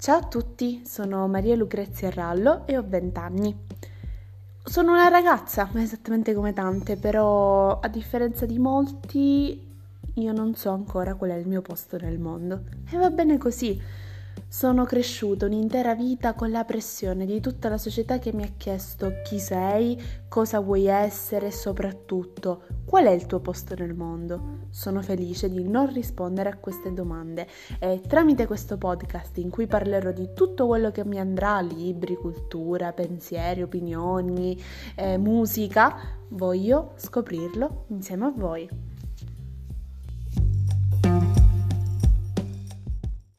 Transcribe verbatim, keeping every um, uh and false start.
Ciao a tutti, sono Maria Lucrezia Rallo e ho venti anni. Sono una ragazza, esattamente come tante, però a differenza di molti io non so ancora qual è il mio posto nel mondo. E va bene così. Sono cresciuta un'intera vita con la pressione di tutta la società che mi ha chiesto chi sei, cosa vuoi essere e soprattutto qual è il tuo posto nel mondo. Sono felice di non rispondere a queste domande e tramite questo podcast in cui parlerò di tutto quello che mi andrà, libri, cultura, pensieri, opinioni, eh, musica, voglio scoprirlo insieme a voi.